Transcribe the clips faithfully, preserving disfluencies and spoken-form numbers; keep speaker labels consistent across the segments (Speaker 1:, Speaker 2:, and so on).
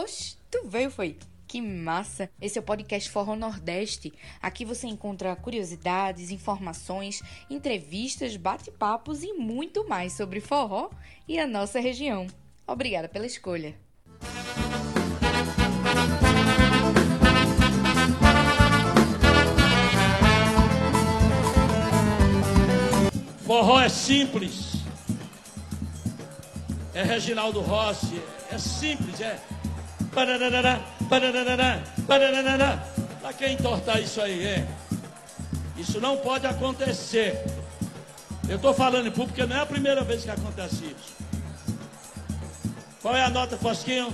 Speaker 1: Oxe, tu veio, foi? Que massa! Esse é o podcast Forró Nordeste. Aqui você encontra curiosidades, informações, entrevistas, bate-papos e muito mais sobre forró e a nossa região. Obrigada pela escolha.
Speaker 2: Forró é simples. É Reginaldo Rossi. É simples, é. Pararará, pararará, pararará. Pra quem entortar isso aí, é? Isso não pode acontecer. Eu tô falando em público porque não é a primeira vez que acontece isso. Qual é a nota, Fosquinho?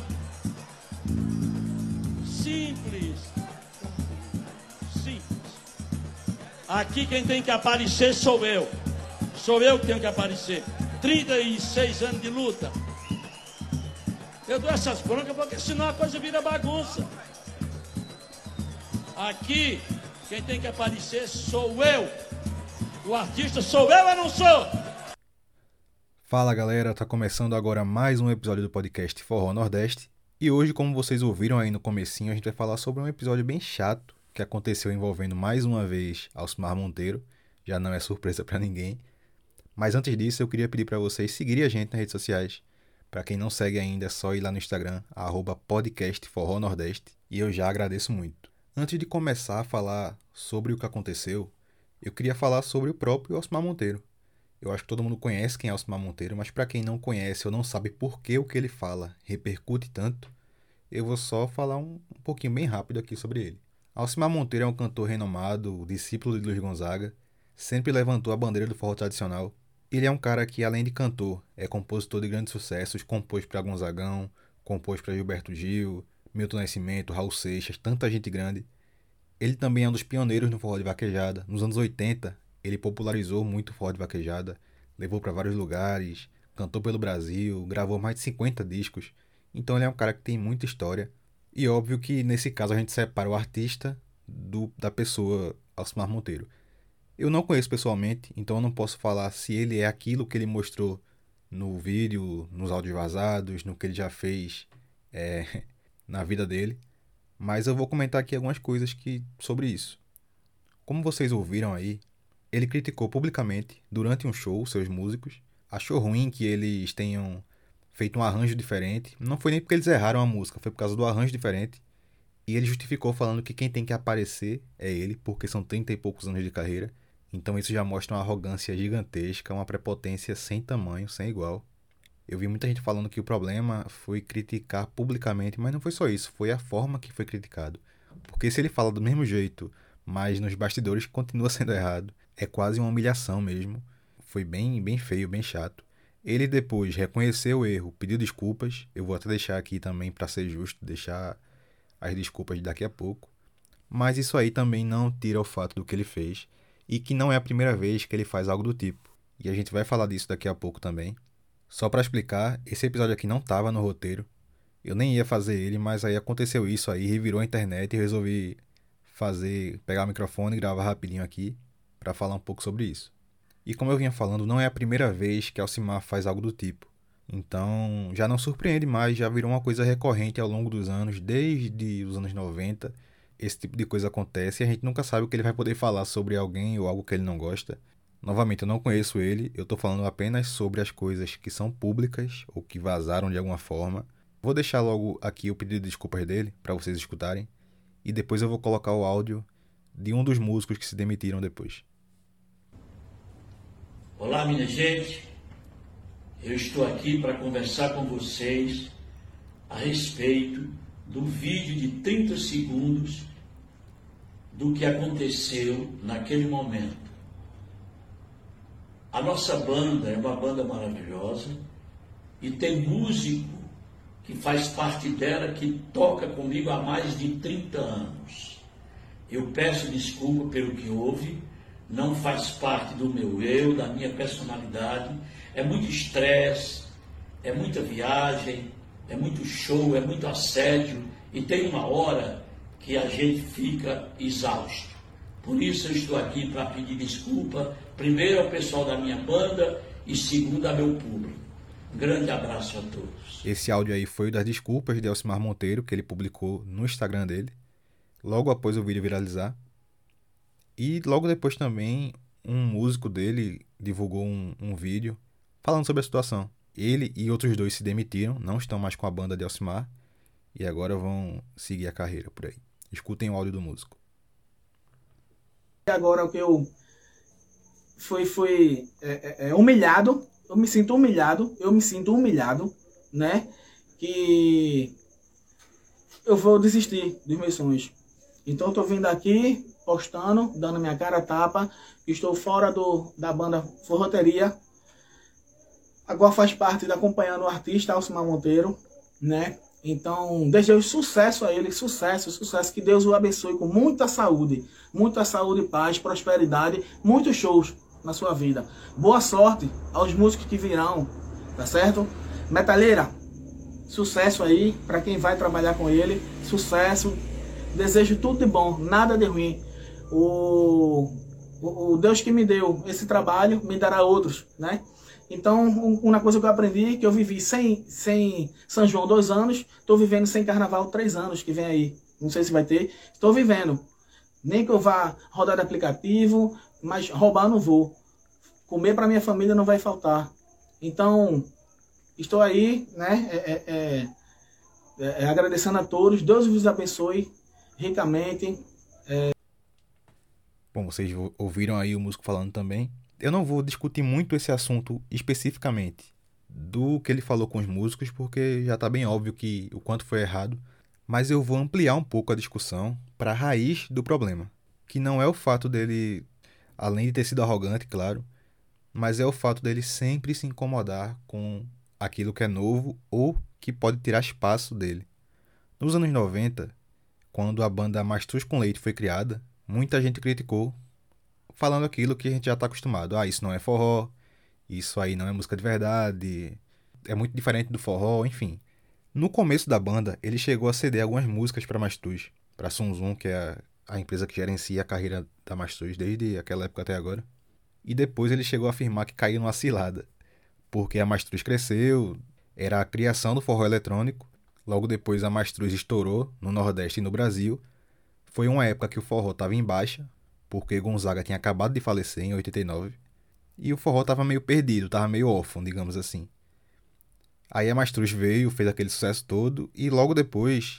Speaker 2: Simples. Simples. Aqui quem tem que aparecer sou eu. Sou eu que tenho que aparecer. trinta e seis anos de luta. Eu dou essas broncas porque senão a coisa vira bagunça. Aqui, quem tem que aparecer sou eu. O artista sou eu ou não sou?
Speaker 3: Fala galera, tá começando agora mais um episódio do podcast Forró Nordeste. E hoje, como vocês ouviram aí no comecinho, a gente vai falar sobre um episódio bem chato que aconteceu envolvendo mais uma vez Alcimar Monteiro. Já não é surpresa pra ninguém. Mas antes disso, eu queria pedir pra vocês seguirem a gente nas redes sociais. Para quem não segue ainda, é só ir lá no Instagram, arroba podcast Forró Nordeste, e eu já agradeço muito. Antes de começar a falar sobre o que aconteceu, eu queria falar sobre o próprio Alcimar Monteiro. Eu acho que todo mundo conhece quem é Alcimar Monteiro, mas para quem não conhece ou não sabe por que o que ele fala repercute tanto, eu vou só falar um, um pouquinho bem rápido aqui sobre ele. Alcimar Monteiro é um cantor renomado, discípulo de Luiz Gonzaga, sempre levantou a bandeira do forró tradicional. Ele é um cara que, além de cantor, é compositor de grandes sucessos, compôs para Gonzagão, compôs para Gilberto Gil, Milton Nascimento, Raul Seixas, tanta gente grande. Ele também é um dos pioneiros no forró de vaquejada. Nos anos oitenta, ele popularizou muito o forró de vaquejada, levou para vários lugares, cantou pelo Brasil, gravou mais de cinquenta discos. Então ele é um cara que tem muita história. E óbvio que, nesse caso, a gente separa o artista do, da pessoa Alcimar Monteiro. Eu não conheço pessoalmente, então eu não posso falar se ele é aquilo que ele mostrou no vídeo, nos áudios vazados, no que ele já fez é, na vida dele. Mas eu vou comentar aqui algumas coisas que, sobre isso. Como vocês ouviram aí, ele criticou publicamente, durante um show, seus músicos. Achou ruim que eles tenham feito um arranjo diferente. Não foi nem porque eles erraram a música, foi por causa do arranjo diferente. E ele justificou falando que quem tem que aparecer é ele, porque são trinta e poucos anos de carreira. Então isso já mostra uma arrogância gigantesca, uma prepotência sem tamanho, sem igual. Eu vi muita gente falando que o problema foi criticar publicamente, mas não foi só isso, foi a forma que foi criticado. Porque se ele fala do mesmo jeito, mas nos bastidores continua sendo errado, é quase uma humilhação mesmo. Foi bem, bem feio, bem chato. Ele depois reconheceu o erro, pediu desculpas. Eu vou até deixar aqui também, para ser justo, deixar as desculpas daqui a pouco. Mas isso aí também não tira o fato do que ele fez. E que não é a primeira vez que ele faz algo do tipo. E a gente vai falar disso daqui a pouco também. Só para explicar, esse episódio aqui não estava no roteiro. Eu nem ia fazer ele, mas aí aconteceu isso aí, revirou a internet e resolvi fazer, pegar o microfone e gravar rapidinho aqui para falar um pouco sobre isso. E como eu vinha falando, não é a primeira vez que Alcimar faz algo do tipo. Então já não surpreende mais, já virou uma coisa recorrente ao longo dos anos, desde os anos noventa. Esse tipo de coisa acontece e a gente nunca sabe o que ele vai poder falar sobre alguém ou algo que ele não gosta. Novamente, eu não conheço ele, eu estou falando apenas sobre as coisas que são públicas ou que vazaram de alguma forma. Vou deixar logo aqui o pedido de desculpas dele, para vocês escutarem, e depois eu vou colocar o áudio de um dos músicos que se demitiram depois.
Speaker 2: Olá, minha gente. Eu estou aqui para conversar com vocês a respeito do vídeo de trinta segundos do que aconteceu naquele momento. A nossa banda é uma banda maravilhosa e tem músico que faz parte dela que toca comigo há mais de trinta anos. Eu peço desculpa pelo que houve, não faz parte do meu eu, da minha personalidade. É muito estresse, é muita viagem, é muito show, é muito assédio, e tem uma hora que a gente fica exausto. Por isso eu estou aqui para pedir desculpa, primeiro ao pessoal da minha banda e segundo ao meu público. Grande abraço a todos.
Speaker 3: Esse áudio aí foi das desculpas de Elcimar Monteiro, que ele publicou no Instagram dele, logo após o vídeo viralizar. E logo depois também, um músico dele divulgou um, um vídeo falando sobre a situação. Ele e outros dois se demitiram, não estão mais com a banda de Elcimar, e agora vão seguir a carreira por aí. Escutem o áudio do músico.
Speaker 4: Agora o que eu fui, fui é, é, humilhado, eu me sinto humilhado, eu me sinto humilhado, né? Que eu vou desistir dos meus sonhos. Então eu tô vindo aqui, postando, dando minha cara a tapa, estou fora do, da banda Forroteria. Agora faz parte da acompanhando o artista Elcimar Monteiro, né? Então, desejo sucesso a ele, sucesso, sucesso, que Deus o abençoe com muita saúde, muita saúde, paz, prosperidade, muitos shows na sua vida. Boa sorte aos músicos que virão, tá certo? Metalheira, sucesso aí para quem vai trabalhar com ele, sucesso, desejo tudo de bom, nada de ruim. O, o, o Deus que me deu esse trabalho me dará outros, né? Então, uma coisa que eu aprendi, que eu vivi sem, sem São João dois anos, estou vivendo sem Carnaval três anos, que vem aí. Não sei se vai ter. Estou vivendo. Nem que eu vá rodar de aplicativo, mas roubar não vou. Comer para minha família não vai faltar. Então, estou aí, né, é, é, é, é, agradecendo a todos. Deus vos abençoe ricamente. É...
Speaker 3: Bom, vocês ouviram aí o músico falando também. Eu não vou discutir muito esse assunto especificamente do que ele falou com os músicos, porque já está bem óbvio que o quanto foi errado, mas eu vou ampliar um pouco a discussão para a raiz do problema, que não é o fato dele, além de ter sido arrogante, claro, mas é o fato dele sempre se incomodar com aquilo que é novo ou que pode tirar espaço dele. Nos anos noventa, quando a banda Mastruz com Leite foi criada, muita gente criticou, falando aquilo que a gente já está acostumado. Ah, isso não é forró, isso aí não é música de verdade, é muito diferente do forró, enfim. No começo da banda, ele chegou a ceder algumas músicas para Mastruz, para Zum Zum, que é a, a empresa que gerencia a carreira da Mastruz desde aquela época até agora. E depois ele chegou a afirmar que caiu numa cilada, porque a Mastruz cresceu, era a criação do forró eletrônico, logo depois a Mastruz estourou no Nordeste e no Brasil. Foi uma época que o forró estava em baixa, porque Gonzaga tinha acabado de falecer em oitenta e nove, e o forró estava meio perdido, estava meio órfão, digamos assim. Aí a Mastruz veio, fez aquele sucesso todo, e logo depois,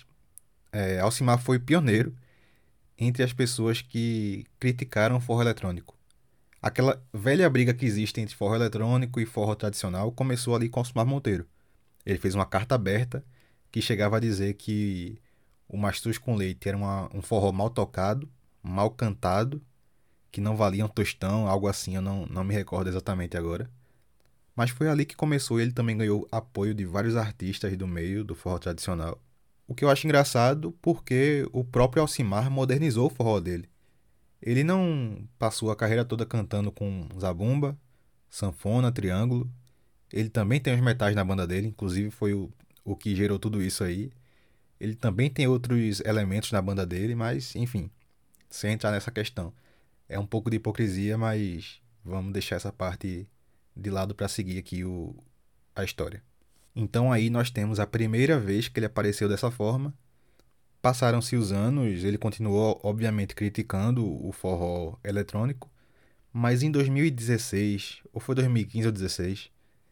Speaker 3: é, Elcimar foi pioneiro entre as pessoas que criticaram o forró eletrônico. Aquela velha briga que existe entre forró eletrônico e forró tradicional começou ali com Elcimar Monteiro. Ele fez uma carta aberta que chegava a dizer que o Mastruz com Leite era uma, um forró mal tocado, mal cantado, que não valia um tostão, algo assim, eu não, não me recordo exatamente agora. Mas foi ali que começou e ele também ganhou apoio de vários artistas do meio do forró tradicional. O que eu acho engraçado porque o próprio Elcimar modernizou o forró dele. Ele não passou a carreira toda cantando com zabumba, sanfona, triângulo. Ele também tem os metais na banda dele, inclusive foi o, o que gerou tudo isso aí. Ele também tem outros elementos na banda dele, mas enfim, sem entrar nessa questão. É um pouco de hipocrisia, mas vamos deixar essa parte de lado para seguir aqui o, a história. Então aí nós temos a primeira vez que ele apareceu dessa forma. Passaram-se os anos, ele continuou obviamente criticando o forró eletrônico, mas em dois mil e dezesseis, ou foi dois mil e quinze ou dois mil e dezesseis,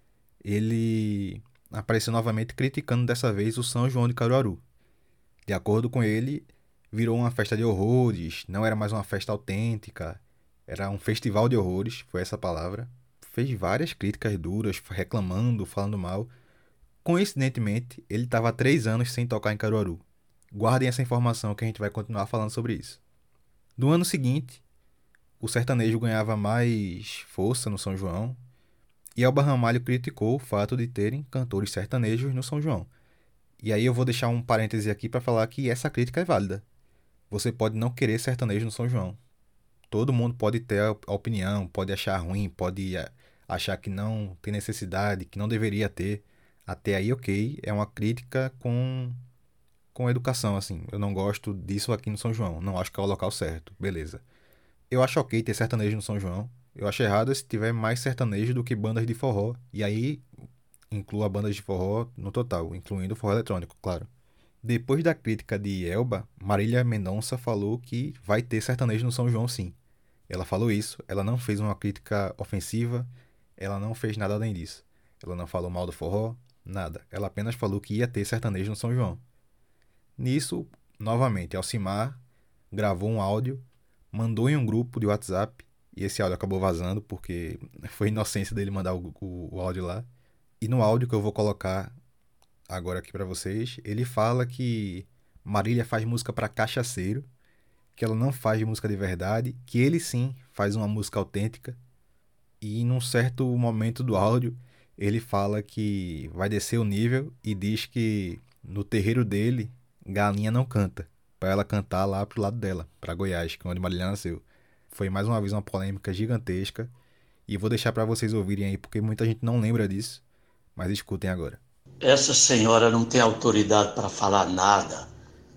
Speaker 3: ele apareceu novamente criticando dessa vez o São João de Caruaru. De acordo com ele, virou uma festa de horrores, não era mais uma festa autêntica, era um festival de horrores, foi essa a palavra. Fez várias críticas duras, reclamando, falando mal. Coincidentemente, ele estava há três anos sem tocar em Caruaru. Guardem essa informação que a gente vai continuar falando sobre isso. No ano seguinte, o sertanejo ganhava mais força no São João, e Elba Ramalho criticou o fato de terem cantores sertanejos no São João. E aí eu vou deixar um parêntese aqui para falar que essa crítica é válida. Você pode não querer sertanejo no São João. Todo mundo pode ter a opinião, pode achar ruim, pode achar que não tem necessidade, que não deveria ter. Até aí, ok, é uma crítica com, com educação, assim. Eu não gosto disso aqui no São João, não acho que é o local certo, beleza. Eu acho ok ter sertanejo no São João. Eu acho errado se tiver mais sertanejo do que bandas de forró. E aí, incluo a banda de forró no total, incluindo o forró eletrônico, claro. Depois da crítica de Elba, Marília Mendonça falou que vai ter sertanejo no São João sim. Ela falou isso, ela não fez uma crítica ofensiva, ela não fez nada além disso. Ela não falou mal do forró, nada. Ela apenas falou que ia ter sertanejo no São João. Nisso, novamente, Alcimar gravou um áudio, mandou em um grupo de WhatsApp, e esse áudio acabou vazando porque foi inocência dele mandar o, o, o áudio lá. E no áudio que eu vou colocar agora aqui pra vocês, ele fala que Marília faz música pra cachaceiro, que ela não faz música de verdade, que ele sim faz uma música autêntica. E num certo momento do áudio, ele fala que vai descer o nível e diz que no terreiro dele, galinha não canta, para ela cantar lá pro lado dela, para Goiás, que é onde Marília nasceu. Foi mais uma vez uma polêmica gigantesca e vou deixar para vocês ouvirem aí, porque muita gente não lembra disso, mas escutem agora.
Speaker 2: Essa senhora não tem autoridade para falar nada.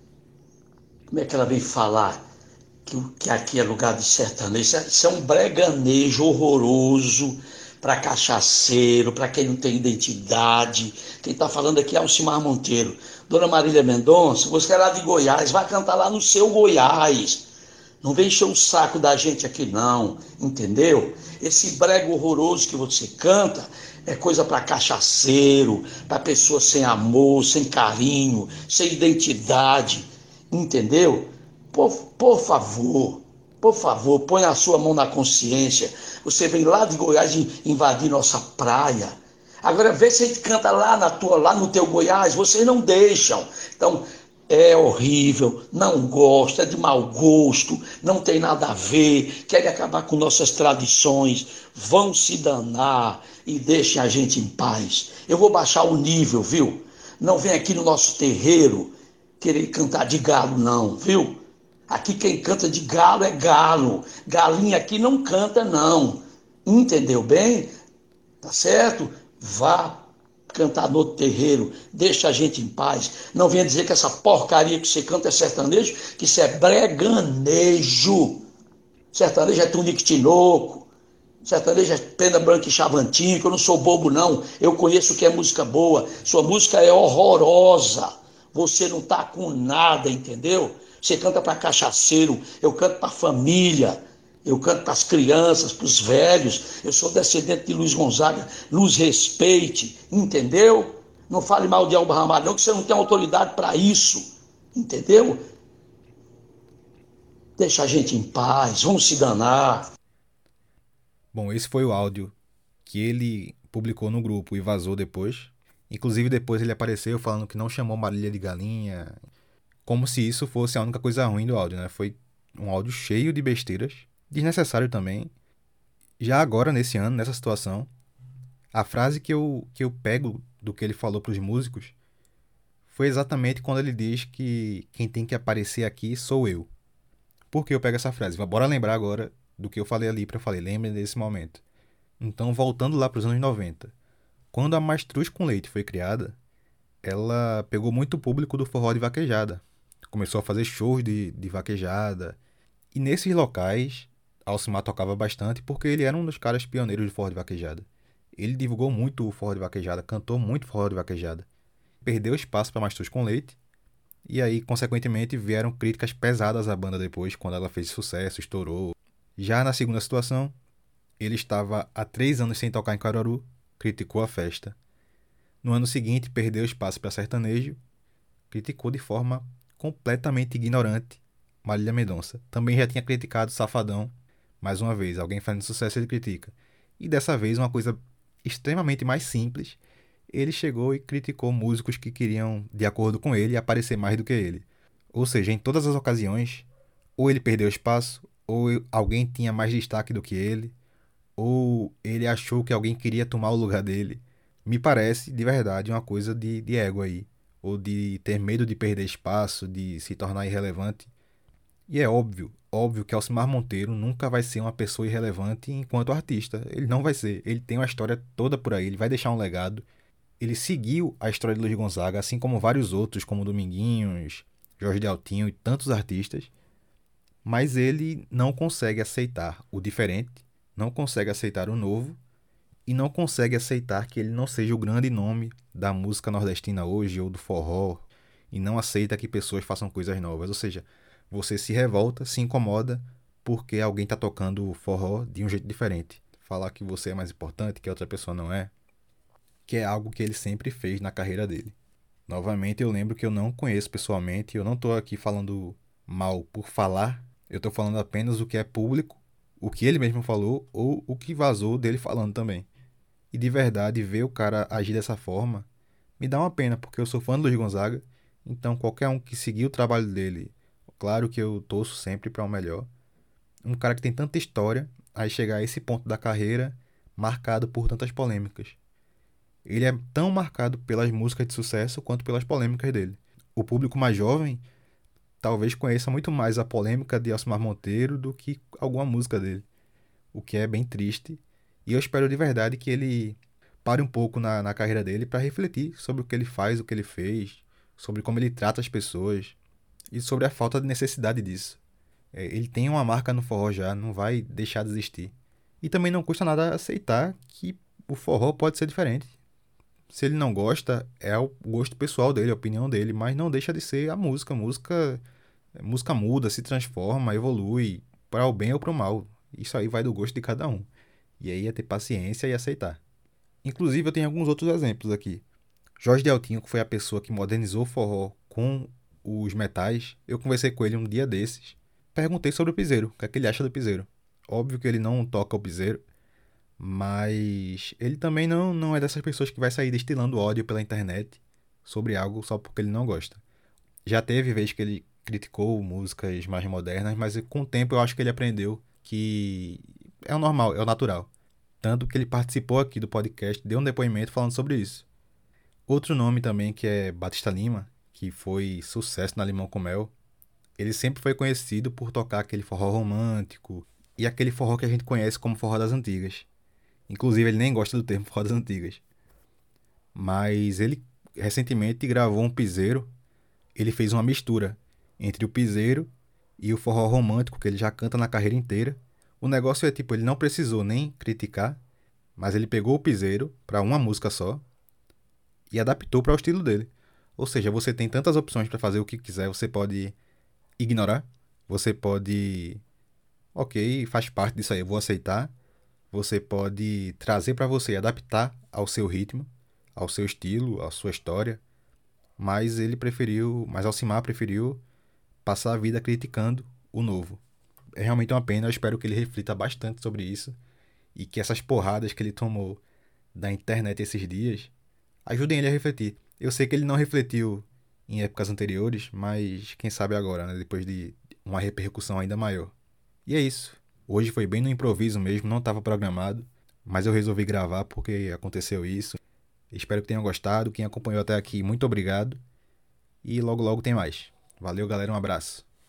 Speaker 2: Como é que ela vem falar que, que aqui é lugar de sertanejo? Isso é, isso é um breganejo horroroso para cachaceiro, para quem não tem identidade. Quem está falando aqui é Alcimar Monteiro. Dona Marília Mendonça, você é lá de Goiás, vai cantar lá no seu Goiás. Não vem encher o saco da gente aqui não, entendeu? Esse brega horroroso que você canta é coisa para cachaceiro, para pessoa sem amor, sem carinho, sem identidade, entendeu? Por, por favor, por favor, põe a sua mão na consciência. Você vem lá de Goiás invadir nossa praia. Agora vê se a gente canta lá, na tua, lá no teu Goiás, vocês não deixam. Então, é horrível, não gosta, é de mau gosto, não tem nada a ver, querem acabar com nossas tradições, vão se danar e deixem a gente em paz. Eu vou baixar o nível, viu? Não vem aqui no nosso terreiro querer cantar de galo, não, viu? Aqui quem canta de galo é galo, galinha aqui não canta, não. Entendeu bem? Tá certo? Vá cantar no outro terreiro, deixa a gente em paz. Não venha dizer que essa porcaria que você canta é sertanejo, que isso é breganejo. Sertanejo é Tunique Tinoco, sertanejo é Pena Branca e Chavantinho, que eu não sou bobo não, eu conheço o que é música boa. Sua música é horrorosa, você não tá com nada, entendeu? Você canta para cachaceiro, eu canto para família, eu canto para as crianças, para os velhos. Eu sou descendente de Luiz Gonzaga. Nos respeite, entendeu? Não fale mal de Elba Ramalho, não, que você não tem autoridade para isso, entendeu? Deixa a gente em paz, vamos se danar.
Speaker 3: Bom, esse foi o áudio que ele publicou no grupo e vazou depois. Inclusive depois ele apareceu falando que não chamou Marília de galinha, como se isso fosse a única coisa ruim do áudio, né? Foi um áudio cheio de besteiras, desnecessário também. Já agora, nesse ano, nessa situação, a frase que eu, que eu pego do que ele falou para os músicos foi exatamente quando ele diz que quem tem que aparecer aqui sou eu. Por que eu pego essa frase? Bora lembrar agora do que eu falei ali, para eu falei, lembrem desse momento. Então, voltando lá para os anos noventa, quando a Mastruz com Leite foi criada, ela pegou muito público do forró de vaquejada. Começou a fazer shows de, de vaquejada. E nesses locais, Alcimar tocava bastante porque ele era um dos caras pioneiros de forró de vaquejada. Ele divulgou muito o forró de vaquejada, cantou muito forró de vaquejada. Perdeu espaço para Mastruz com Leite. E aí, consequentemente, vieram críticas pesadas à banda depois, quando ela fez sucesso, estourou. Já na segunda situação, ele estava há três anos sem tocar em Caruaru, criticou a festa. No ano seguinte, perdeu espaço para sertanejo, criticou de forma completamente ignorante Marília Mendonça. Também já tinha criticado Safadão. Mais uma vez, alguém fazendo sucesso ele critica. E dessa vez, uma coisa extremamente mais simples, ele chegou e criticou músicos que queriam, de acordo com ele, aparecer mais do que ele. Ou seja, em todas as ocasiões, ou ele perdeu espaço, ou alguém tinha mais destaque do que ele, ou ele achou que alguém queria tomar o lugar dele. Me parece, de verdade, uma coisa de, de ego aí, ou de ter medo de perder espaço, de se tornar irrelevante. E é óbvio, óbvio que Alcimar Monteiro nunca vai ser uma pessoa irrelevante enquanto artista. Ele não vai ser. Ele tem uma história toda por aí, ele vai deixar um legado. Ele seguiu a história de Luiz Gonzaga, assim como vários outros, como Dominguinhos, Jorge de Altinho e tantos artistas. Mas ele não consegue aceitar o diferente, não consegue aceitar o novo e não consegue aceitar que ele não seja o grande nome da música nordestina hoje ou do forró, e não aceita que pessoas façam coisas novas. Ou seja, você se revolta, se incomoda porque alguém está tocando forró de um jeito diferente. Falar que você é mais importante, que a outra pessoa não é, que é algo que ele sempre fez na carreira dele. Novamente, eu lembro que eu não conheço pessoalmente, eu não estou aqui falando mal por falar, eu estou falando apenas o que é público, o que ele mesmo falou ou o que vazou dele falando também. E de verdade, ver o cara agir dessa forma me dá uma pena, porque eu sou fã do Luiz Gonzaga, então qualquer um que seguir o trabalho dele, claro que eu torço sempre para o melhor. Um cara que tem tanta história, aí chegar a esse ponto da carreira marcado por tantas polêmicas. Ele é tão marcado pelas músicas de sucesso quanto pelas polêmicas dele. O público mais jovem talvez conheça muito mais a polêmica de Elcimar Monteiro do que alguma música dele, o que é bem triste. E eu espero de verdade que ele pare um pouco na, na carreira dele para refletir sobre o que ele faz, o que ele fez, sobre como ele trata as pessoas e sobre a falta de necessidade disso. É, ele tem uma marca no forró já, não vai deixar de existir. E também não custa nada aceitar que o forró pode ser diferente. Se ele não gosta, é o gosto pessoal dele, a opinião dele, mas não deixa de ser a música. A música, a música muda, se transforma, evolui, para o bem ou para o mal. Isso aí vai do gosto de cada um. E aí é ter paciência e aceitar. Inclusive, eu tenho alguns outros exemplos aqui. Jorge Deltinho, que foi a pessoa que modernizou o forró com os metais, eu conversei com ele um dia desses. Perguntei sobre o piseiro, o que é que ele acha do piseiro. Óbvio que ele não toca o piseiro, mas ele também não, não é dessas pessoas que vai sair destilando ódio pela internet sobre algo só porque ele não gosta. Já teve vez que ele criticou músicas mais modernas, mas com o tempo eu acho que ele aprendeu que é o normal, é o natural. Tanto que ele participou aqui do podcast, deu um depoimento falando sobre isso. Outro nome também que é Batista Lima, que foi sucesso na Limão com Mel. Ele sempre foi conhecido por tocar aquele forró romântico e aquele forró que a gente conhece como forró das antigas. Inclusive, ele nem gosta do termo forró das antigas. Mas ele recentemente gravou um piseiro. Ele fez uma mistura entre o piseiro e o forró romântico que ele já canta na carreira inteira. O negócio é tipo, ele não precisou nem criticar, mas ele pegou o piseiro para uma música só e adaptou para o estilo dele. Ou seja, você tem tantas opções para fazer o que quiser. Você pode ignorar, você pode, ok, faz parte disso aí, eu vou aceitar. Você pode trazer para você, adaptar ao seu ritmo, ao seu estilo, à sua história. Mas ele preferiu, mas Elcimar preferiu passar a vida criticando o novo. É realmente uma pena, eu espero que ele reflita bastante sobre isso e que essas porradas que ele tomou da internet esses dias ajudem ele a refletir. Eu sei que ele não refletiu em épocas anteriores, mas quem sabe agora, né? Depois de uma repercussão ainda maior. E é isso. Hoje foi bem no improviso mesmo, não estava programado, mas eu resolvi gravar porque aconteceu isso. Espero que tenham gostado. Quem acompanhou até aqui, muito obrigado. E logo logo tem mais. Valeu, galera, um abraço.